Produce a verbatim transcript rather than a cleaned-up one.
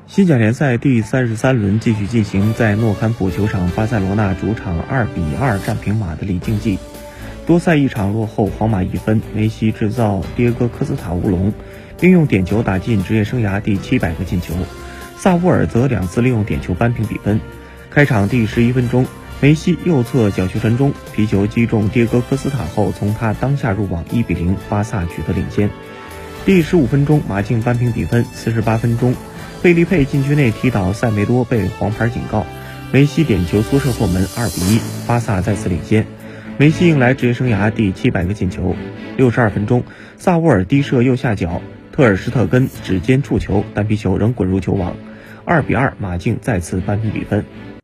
西甲联赛第三十三轮继续进行，在诺坎普球场，巴塞罗那主场二比二战平马德里竞技。多赛一场落后皇马一分，梅西制造迭戈科斯塔乌龙，并用点球打进职业生涯第七百个进球。萨乌尔则两次利用点球扳平比分。开场第十一分钟，梅西右侧角球传中，皮球击中迭戈科斯塔后，从他当下入网，一比零，巴萨取得领先。第十五分钟，马竞扳平比分。四十八分钟，费利佩禁区内踢倒塞梅多，被黄牌警告。梅西点球缩射破门，二比一，巴萨再次领先。梅西迎来职业生涯第七百个进球。六十二分钟，萨乌尔低射右下角，特尔施特根指尖触球，单皮球仍滚入球网，二比二，马竞再次扳平比分。